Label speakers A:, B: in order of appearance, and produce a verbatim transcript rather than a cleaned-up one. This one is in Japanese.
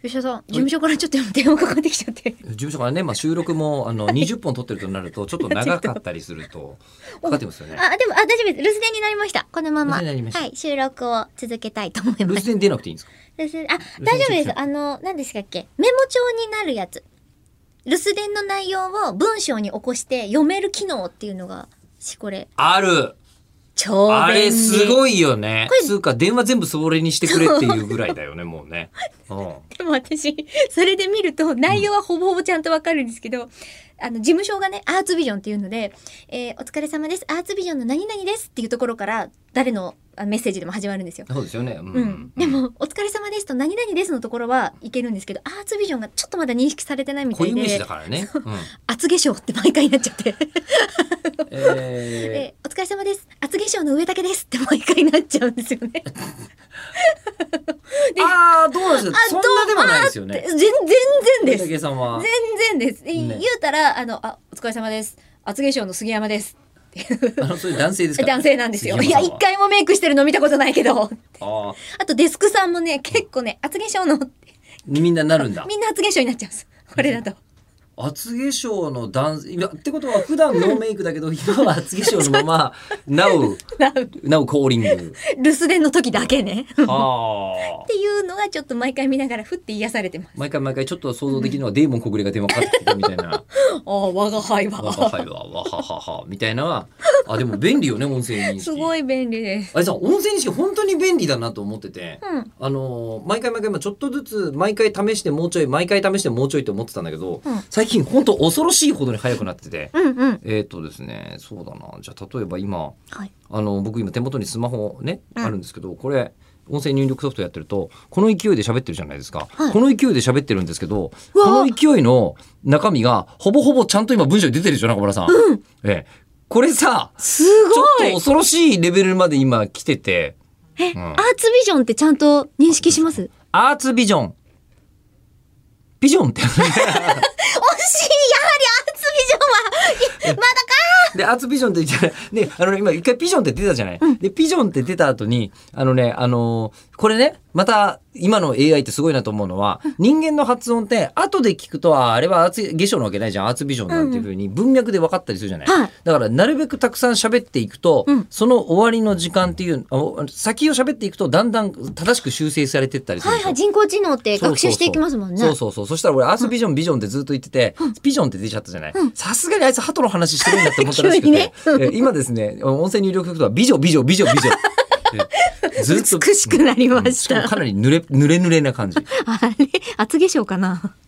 A: 吉田さん、事務所からちょっと電話かかってきちゃって。
B: 事務所からね、まあ、収録もあのにじゅっぽん撮ってるとなるとちょっと長かったりするとかかってますよね。
A: あ、でもあ大丈夫です。留守電になりました。このまま、
B: 留守電になりました。
A: はい、収録を続けたいと思います。
B: 留守電出なくていいんですか？
A: 留守電、あ、大丈夫です。あの何でしたっけ、メモ帳になるやつ、留守電の内容を文章に起こして読める機能っていうのがしこれ
B: ある。
A: 超便利。
B: あれすごいよね。つうか電話全部それにしてくれっていうぐらいだよねもうね。うん、
A: でも私それで見ると内容はほぼほぼちゃんとわかるんですけど、うん、あの事務所がねアーツビジョンっていうので、えー、お疲れ様です、アーツビジョンの何々ですっていうところから誰のメッセージでも始まるんですよ。
B: そうですよね、うん
A: うん、でもお疲れ様ですと何々ですのところはいけるんですけど、アーツビジョンがちょっとまだ認識されてないみたいで、
B: 固有名詞だからね、うん、
A: 厚化粧って毎回なっちゃって
B: えー、
A: えー、お疲れ様です、厚化粧の植竹ですって毎回なっちゃうんですよね
B: ああどうなんですか、そんなでもないですよね。
A: 全全然です。
B: 植竹さんは
A: 全然です、ね、言うたらあのあお疲れ様です、厚化粧の杉山です
B: あのそれ男性ですか？
A: 男性なんですよ。いや一回もメイクしてるの見たことないけど。ああとデスクさんもね結構ね厚化粧の
B: みんななるんだ。
A: みんな厚化粧になっちゃうんですこれだと。
B: 厚化粧の男性、いやってことは普段ノーメイクだけど今は厚化粧のままなおなおコーリング
A: 留守電の時だけね
B: あ
A: っていうのがちょっと毎回見ながらふって癒されてます。
B: 毎回毎回ちょっと想像できるのはデーモン小暮が電話かかってきたみたいな
A: ああ我が輩は
B: 我が輩はわはははみたいな。あでも便利よね音声認識。
A: すごい便利です。
B: あれさ音声認識本当に便利だなと思ってて、
A: うん、
B: あの毎回毎回ちょっとずつ毎回試してもうちょい毎回試してもうちょいって思ってたんだけど、うん、最近本当恐ろしいほどに速くなってて、
A: うんうん、
B: えっとですねそうだな、じゃあ例えば今、
A: はい、
B: あの僕今手元にスマホね、うん、あるんですけど、これ音声入力ソフトやってるとこの勢いで喋ってるじゃないですか、はい、この勢いで喋ってるんですけどこの勢いの中身がほぼほぼちゃんと今文章に出てるでしょ中村さん、
A: うん、
B: ええ、これさ
A: すごい
B: ちょっと恐ろしいレベルまで今来てて、
A: え、うん、アーツビジョンってちゃんと認識します？
B: アーツビジョンビジョンって惜しい、やはりアーツビ
A: ジョンはまだか
B: でアーツビジョンって言ったらね、あのね今一回ピジョンって出たじゃない、うん、でピジョンって出た後にあのねあのー、これねまた今の エーアイ ってすごいなと思うのは、うん、人間の発音って後で聞くとああれはアーツ化粧なわけないじゃん、アーツビジョンなんていう風に文脈で分かったりするじゃない、うん、だからなるべくたくさん喋っていくと、うん、その終わりの時間っていう先を喋っていくとだんだん正しく修正されてったりするんですよ。
A: はいはい、人工知能って学習していきますもんね。
B: そうそうそう、そしたら俺アースビジョンビジョンってずっと言ってて、うん、ピジョンって出ちゃったじゃない、さすがにあいつ鳩の話してるんだって思ったらしくて、ね、今ですね音声入力ソフトはビジョンビジョンビジョンビジョン
A: ずっと美しくなりました。
B: しかもかなり濡れ濡れ濡れな感じ。
A: あれ厚化粧かな。